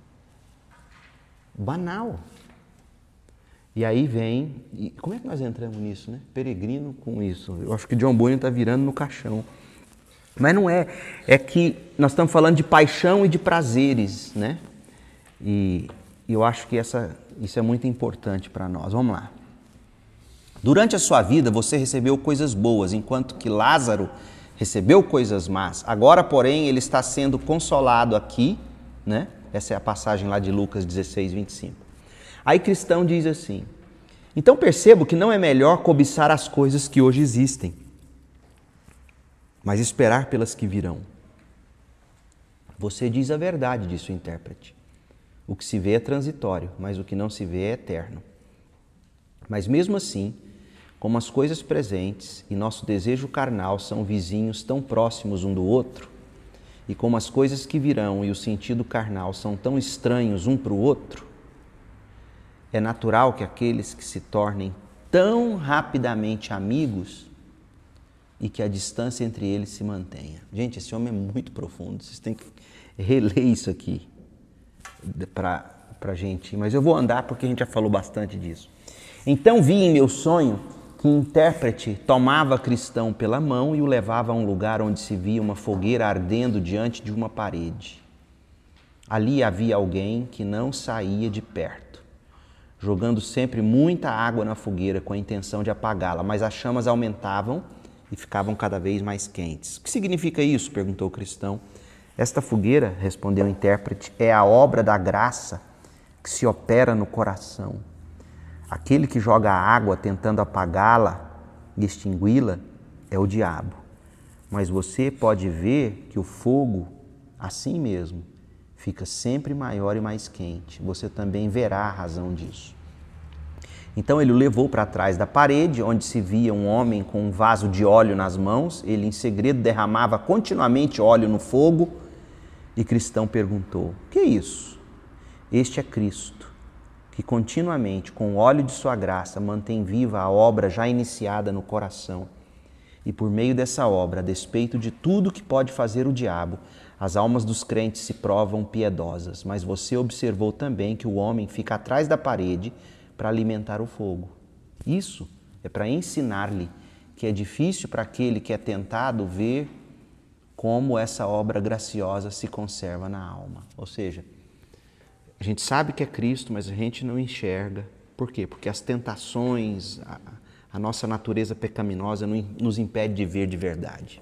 Banal. E aí vem... E como é que nós entramos nisso, né? Peregrino com isso. Eu acho que John Bunyan está virando no caixão. Mas não é. É que nós estamos falando de paixão e de prazeres, né? E eu acho que isso é muito importante para nós. Vamos lá. Durante a sua vida você recebeu coisas boas, enquanto que Lázaro recebeu coisas más. Agora, porém, ele está sendo consolado aqui, né? Essa é a passagem lá de Lucas 16, 25. Aí Cristão diz assim: então percebo que não é melhor cobiçar as coisas que hoje existem, mas esperar pelas que virão. Você diz a verdade, disse o intérprete. O que se vê é transitório, mas o que não se vê é eterno. Mas mesmo assim, como as coisas presentes e nosso desejo carnal são vizinhos tão próximos um do outro, e como as coisas que virão e o sentido carnal são tão estranhos um para o outro, é natural que aqueles que se tornem tão rapidamente amigos e que a distância entre eles se mantenha. Gente, esse homem é muito profundo, vocês têm que reler isso aqui para a gente, mas eu vou andar porque a gente já falou bastante disso. Então vi em meu sonho que o intérprete tomava Cristão pela mão e o levava a um lugar onde se via uma fogueira ardendo diante de uma parede. Ali havia alguém que não saía de perto, jogando sempre muita água na fogueira com a intenção de apagá-la, mas as chamas aumentavam e ficavam cada vez mais quentes. O que significa isso? Perguntou o Cristão. Esta fogueira, respondeu o intérprete, é a obra da graça que se opera no coração. Aquele que joga a água tentando apagá-la e extingui-la é o diabo. Mas você pode ver que o fogo, assim mesmo, fica sempre maior e mais quente. Você também verá a razão disso. Então ele o levou para trás da parede, onde se via um homem com um vaso de óleo nas mãos. Ele, em segredo, derramava continuamente óleo no fogo. E Cristão perguntou: "Que é isso?" "Este é Cristo, que continuamente, com o óleo de sua graça, mantém viva a obra já iniciada no coração. E por meio dessa obra, a despeito de tudo que pode fazer o diabo, as almas dos crentes se provam piedosas. Mas você observou também que o homem fica atrás da parede para alimentar o fogo. Isso é para ensinar-lhe que é difícil para aquele que é tentado ver como essa obra graciosa se conserva na alma." Ou seja, a gente sabe que é Cristo, mas a gente não enxerga. Por quê? Porque as tentações, a nossa natureza pecaminosa nos impede de ver de verdade.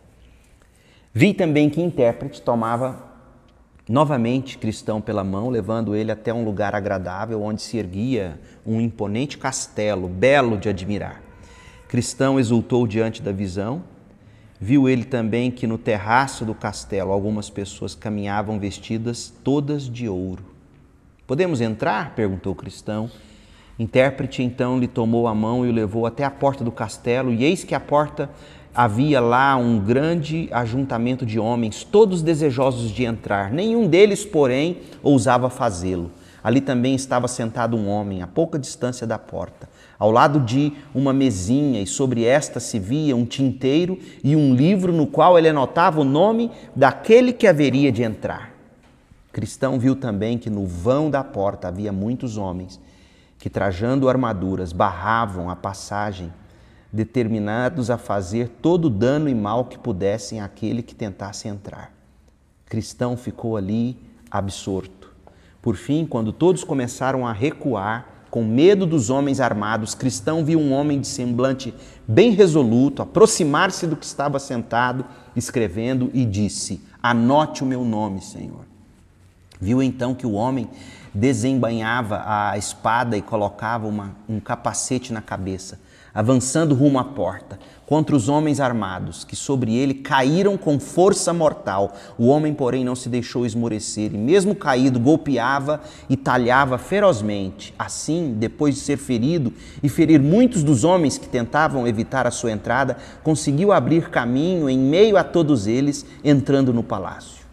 Vi também que o intérprete tomava novamente Cristão pela mão, levando ele até um lugar agradável, onde se erguia um imponente castelo, belo de admirar. Cristão exultou diante da visão. Viu ele também que no terraço do castelo algumas pessoas caminhavam vestidas todas de ouro. Podemos entrar? Perguntou o Cristão. Intérprete então lhe tomou a mão e o levou até a porta do castelo, e eis que à porta havia lá um grande ajuntamento de homens, todos desejosos de entrar. Nenhum deles, porém, ousava fazê-lo. Ali também estava sentado um homem, a pouca distância da porta, ao lado de uma mesinha, e sobre esta se via um tinteiro e um livro no qual ele anotava o nome daquele que haveria de entrar. Cristão viu também que no vão da porta havia muitos homens que, trajando armaduras, barravam a passagem, determinados a fazer todo o dano e mal que pudessem àquele que tentasse entrar. Cristão ficou ali absorto. Por fim, quando todos começaram a recuar, com medo dos homens armados, Cristão viu um homem de semblante bem resoluto aproximar-se do que estava sentado, escrevendo, e disse: anote o meu nome, Senhor. Viu então que o homem desembainhava a espada e colocava um capacete na cabeça, avançando rumo à porta, contra os homens armados, que sobre ele caíram com força mortal. O homem, porém, não se deixou esmorecer, e mesmo caído, golpeava e talhava ferozmente. Assim, depois de ser ferido e ferir muitos dos homens que tentavam evitar a sua entrada, conseguiu abrir caminho em meio a todos eles, entrando no palácio.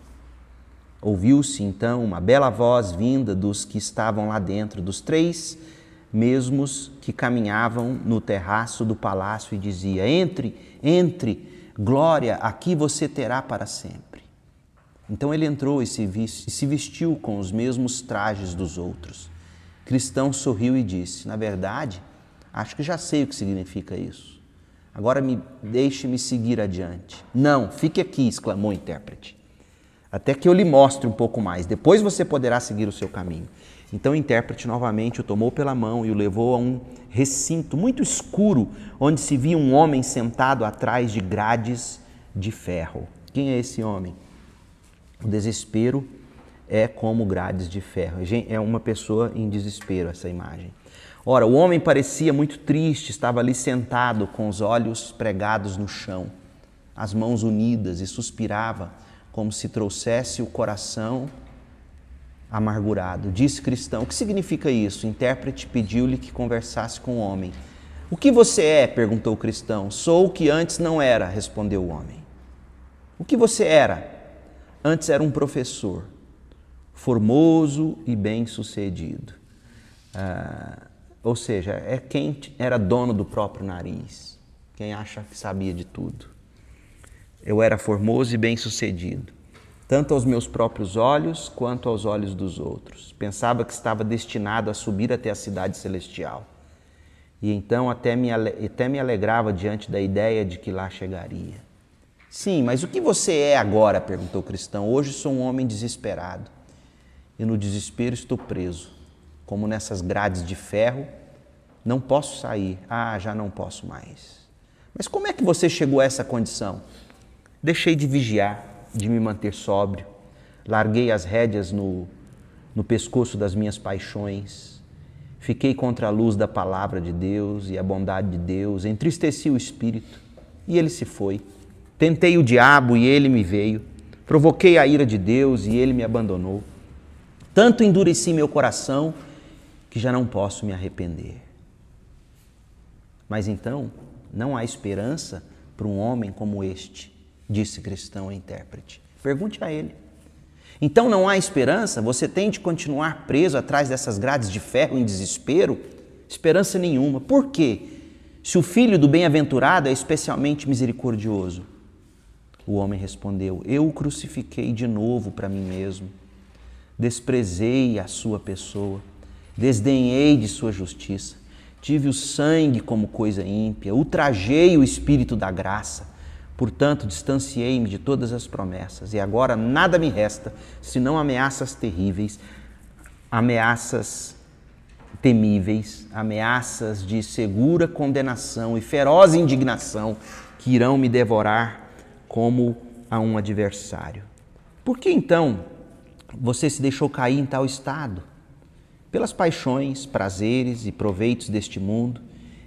Ouviu-se então uma bela voz vinda dos que estavam lá dentro, dos três mesmos que caminhavam no terraço do palácio, e dizia: entre, entre, glória, aqui você terá para sempre. Então ele entrou e se vestiu com os mesmos trajes dos outros. Cristão sorriu e disse: na verdade, acho que já sei o que significa isso. Agora deixe-me seguir adiante. Não, fique aqui, exclamou o intérprete, até que eu lhe mostre um pouco mais. Depois você poderá seguir o seu caminho. Então o intérprete novamente o tomou pela mão e o levou a um recinto muito escuro, onde se via um homem sentado atrás de grades de ferro. Quem é esse homem? O desespero é como grades de ferro. É uma pessoa em desespero, essa imagem. Ora, o homem parecia muito triste, estava ali sentado com os olhos pregados no chão, as mãos unidas, e suspirava como se trouxesse o coração amargurado. Disse Cristão: o que significa isso? O intérprete pediu-lhe que conversasse com o homem. O que você é? Perguntou o Cristão. Sou o que antes não era, respondeu o homem. O que você era? Antes era um professor, formoso e bem-sucedido. Ou seja, é quem era dono do próprio nariz, quem acha que sabia de tudo. Eu era formoso e bem-sucedido, tanto aos meus próprios olhos quanto aos olhos dos outros. Pensava que estava destinado a subir até a cidade celestial. E então até me alegrava diante da ideia de que lá chegaria. Sim, mas o que você é agora? Perguntou o Cristão. Hoje sou um homem desesperado. E no desespero estou preso, como nessas grades de ferro. Não posso sair. Já não posso mais. Mas como é que você chegou a essa condição? Deixei de vigiar, de me manter sóbrio, larguei as rédeas no pescoço das minhas paixões, fiquei contra a luz da palavra de Deus e a bondade de Deus, entristeci o espírito e ele se foi. Tentei o diabo e ele me veio, provoquei a ira de Deus e ele me abandonou. Tanto endureci meu coração que já não posso me arrepender. Mas então, não há esperança para um homem como este, disse Cristão ao intérprete. Pergunte a ele. Então não há esperança? Você tem de continuar preso atrás dessas grades de ferro em desespero? Esperança nenhuma. Por quê? Se o filho do bem-aventurado é especialmente misericordioso. O homem respondeu: eu o crucifiquei de novo para mim mesmo. Desprezei a sua pessoa, desdenhei de sua justiça, tive o sangue como coisa ímpia, ultrajei o espírito da graça. Portanto, distanciei-me de todas as promessas, e agora nada me resta, senão ameaças terríveis, ameaças temíveis, ameaças de segura condenação e feroz indignação que irão me devorar como a um adversário. Por que então você se deixou cair em tal estado? Pelas paixões, prazeres e proveitos deste mundo,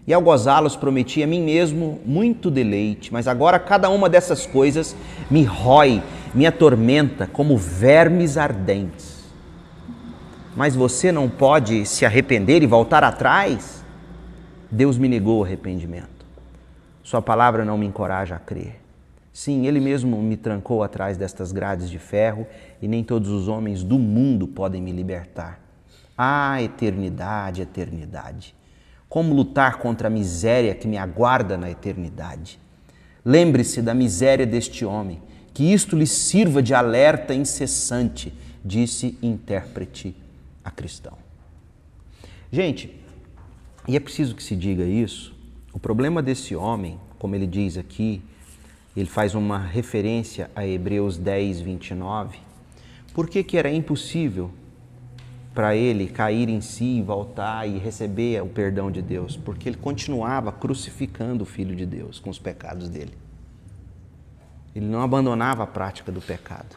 E ao gozá-los, prometi a mim mesmo muito deleite, mas agora cada uma dessas coisas me rói, me atormenta como vermes ardentes. Mas você não pode se arrepender e voltar atrás? Deus me negou o arrependimento. Sua palavra não me encoraja a crer. Sim, Ele mesmo me trancou atrás destas grades de ferro e nem todos os homens do mundo podem me libertar. Ah, eternidade, eternidade! Como lutar contra a miséria que me aguarda na eternidade? Lembre-se da miséria deste homem, que isto lhe sirva de alerta incessante, disse intérprete a cristão. Gente, e é preciso que se diga isso, o problema desse homem, como ele diz aqui, ele faz uma referência a Hebreus 10, 29, por que era impossível para ele cair em si e voltar e receber o perdão de Deus? Porque ele continuava crucificando o Filho de Deus com os pecados dele. Ele não abandonava a prática do pecado.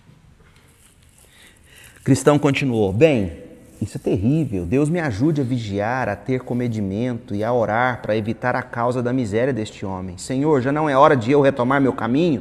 O cristão continuou: bem, isso é terrível. Deus me ajude a vigiar, a ter comedimento e a orar para evitar a causa da miséria deste homem. Senhor, já não é hora de eu retomar meu caminho?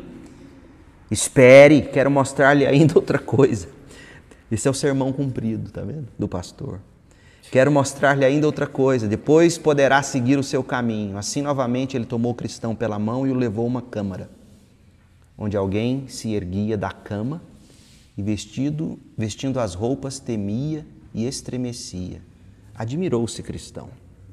Espere, quero mostrar-lhe ainda outra coisa. Esse é o sermão cumprido, tá vendo? Do pastor. Quero mostrar-lhe ainda outra coisa, depois poderá seguir o seu caminho. Assim, novamente, ele tomou o cristão pela mão e o levou a uma câmara, onde alguém se erguia da cama e vestindo as roupas temia e estremecia. Admirou-se cristão.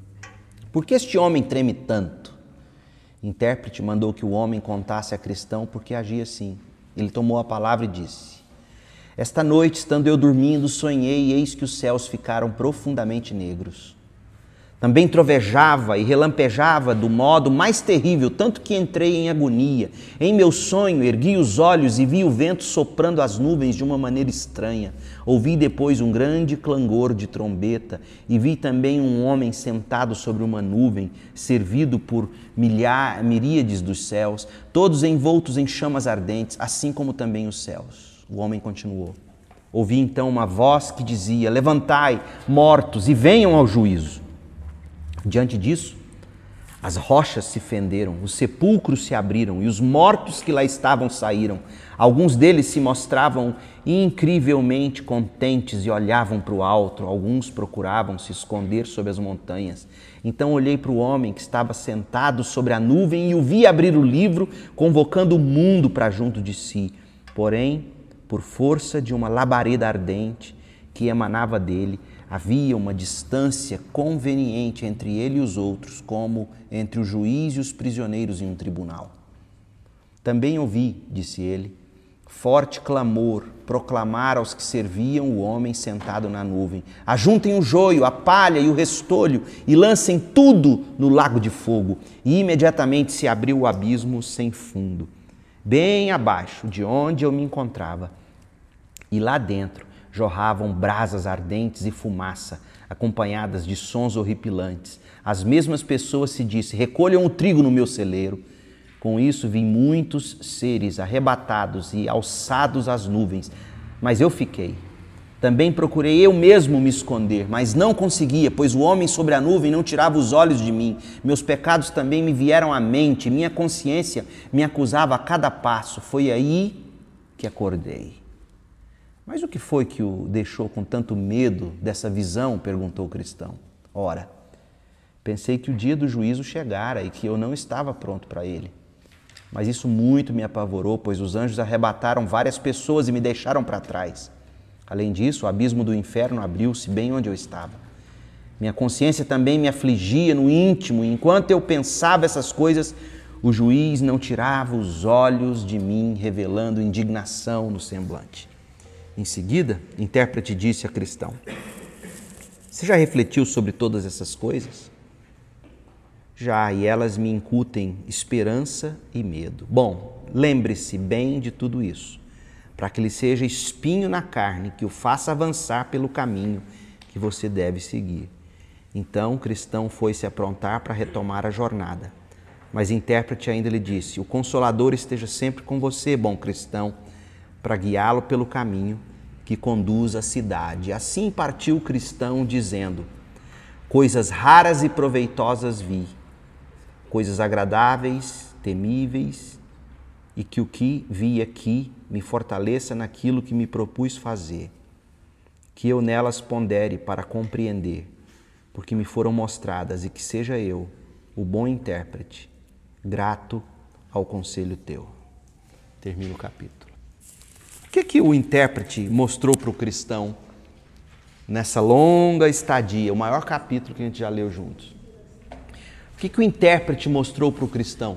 Por que este homem treme tanto? Intérprete mandou que o homem contasse a cristão porque agia assim. Ele tomou a palavra e disse: esta noite, estando eu dormindo, sonhei e eis que os céus ficaram profundamente negros. Também trovejava e relampejava do modo mais terrível, tanto que entrei em agonia. Em meu sonho, ergui os olhos e vi o vento soprando as nuvens de uma maneira estranha. Ouvi depois um grande clangor de trombeta e vi também um homem sentado sobre uma nuvem, servido por miríades dos céus, todos envoltos em chamas ardentes, assim como também os céus. O homem continuou. Ouvi então uma voz que dizia: levantai, mortos, e venham ao juízo. Diante disso, as rochas se fenderam, os sepulcros se abriram e os mortos que lá estavam saíram. Alguns deles se mostravam incrivelmente contentes e olhavam para o alto, alguns procuravam se esconder sob as montanhas. Então olhei para o homem que estava sentado sobre a nuvem e o vi abrir o livro, convocando o mundo para junto de si. Porém, por força de uma labareda ardente que emanava dele, havia uma distância conveniente entre ele e os outros, como entre o juiz e os prisioneiros em um tribunal. Também ouvi, disse ele, forte clamor proclamar aos que serviam o homem sentado na nuvem: ajuntem o joio, a palha e o restolho e lancem tudo no lago de fogo. E imediatamente se abriu o abismo sem fundo, bem abaixo de onde eu me encontrava. E lá dentro jorravam brasas ardentes e fumaça, acompanhadas de sons horripilantes. As mesmas pessoas se disse: recolham o trigo no meu celeiro. Com isso vi muitos seres arrebatados e alçados às nuvens, mas eu fiquei. Também procurei eu mesmo me esconder, mas não conseguia, pois o homem sobre a nuvem não tirava os olhos de mim. Meus pecados também me vieram à mente, minha consciência me acusava a cada passo. Foi aí que acordei. Mas o que foi que o deixou com tanto medo dessa visão? Perguntou o cristão. Ora, pensei que o dia do juízo chegara e que eu não estava pronto para ele. Mas isso muito me apavorou, pois os anjos arrebataram várias pessoas e me deixaram para trás. Além disso, o abismo do inferno abriu-se bem onde eu estava. Minha consciência também me afligia no íntimo, e enquanto eu pensava essas coisas, o juiz não tirava os olhos de mim, revelando indignação no semblante. Em seguida, o intérprete disse a cristão: você já refletiu sobre todas essas coisas? Já, e elas me incutem esperança e medo. Bom, lembre-se bem de tudo isso, para que lhe seja espinho na carne, que o faça avançar pelo caminho que você deve seguir. Então o cristão foi se aprontar para retomar a jornada. Mas o intérprete ainda lhe disse: o Consolador esteja sempre com você, bom cristão, para guiá-lo pelo caminho que conduz à cidade. Assim partiu o cristão, dizendo: Coisas raras e proveitosas vi, coisas agradáveis, temíveis, e que o que vi aqui me fortaleça naquilo que me propus fazer, que eu nelas pondere para compreender, porque me foram mostradas, e que seja eu, o bom intérprete, grato ao conselho teu. Termina o capítulo. O que o intérprete mostrou para o cristão nessa longa estadia, o maior capítulo que a gente já leu juntos? O que o intérprete mostrou para o cristão?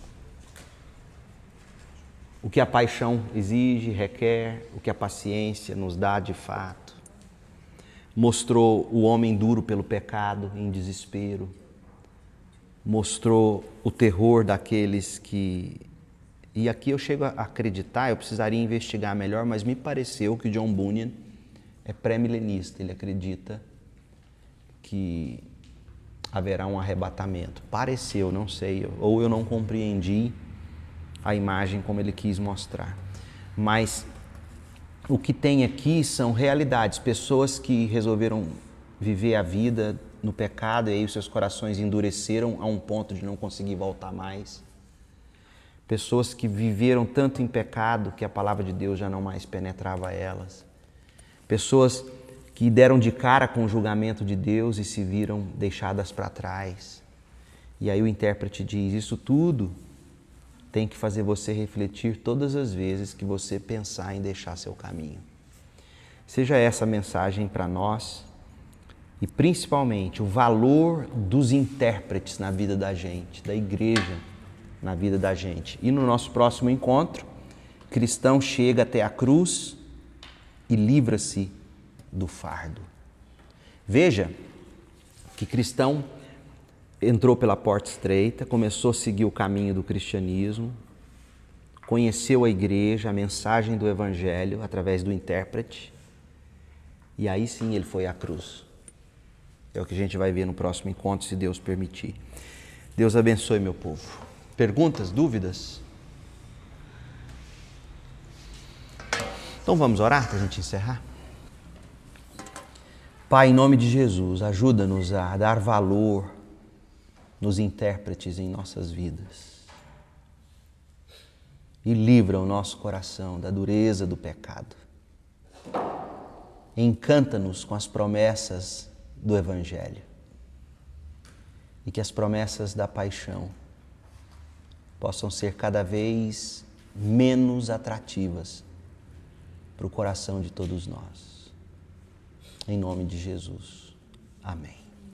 O que a paixão exige, requer, o que a paciência nos dá de fato. Mostrou o homem duro pelo pecado, em desespero. Mostrou o terror daqueles que... E aqui eu chego a acreditar, eu precisaria investigar melhor, mas me pareceu que o John Bunyan é pré-milenista. Ele acredita que haverá um arrebatamento. Pareceu, não sei, ou eu não compreendi a imagem como ele quis mostrar. Mas o que tem aqui são realidades, pessoas que resolveram viver a vida no pecado e aí os seus corações endureceram a um ponto de não conseguir voltar mais. Pessoas que viveram tanto em pecado que a palavra de Deus já não mais penetrava elas. Pessoas que deram de cara com o julgamento de Deus e se viram deixadas para trás. E aí o intérprete diz, isso tudo tem que fazer você refletir todas as vezes que você pensar em deixar seu caminho. Seja essa a mensagem para nós e principalmente o valor dos intérpretes na vida da gente, da igreja na vida da gente. E no nosso próximo encontro, cristão chega até a cruz e livra-se do fardo. Veja que cristão entrou pela porta estreita, começou a seguir o caminho do cristianismo, conheceu a igreja, a mensagem do evangelho através do intérprete, e aí sim ele foi à cruz. É o que a gente vai ver no próximo encontro, se Deus permitir. Deus abençoe, meu povo. Perguntas, dúvidas? Então vamos orar para a gente encerrar? Pai, em nome de Jesus, ajuda-nos a dar valor nos intérpretes em nossas vidas e livra o nosso coração da dureza do pecado. Encanta-nos com as promessas do Evangelho e que as promessas da paixão possam ser cada vez menos atrativas para o coração de todos nós. Em nome de Jesus. Amém.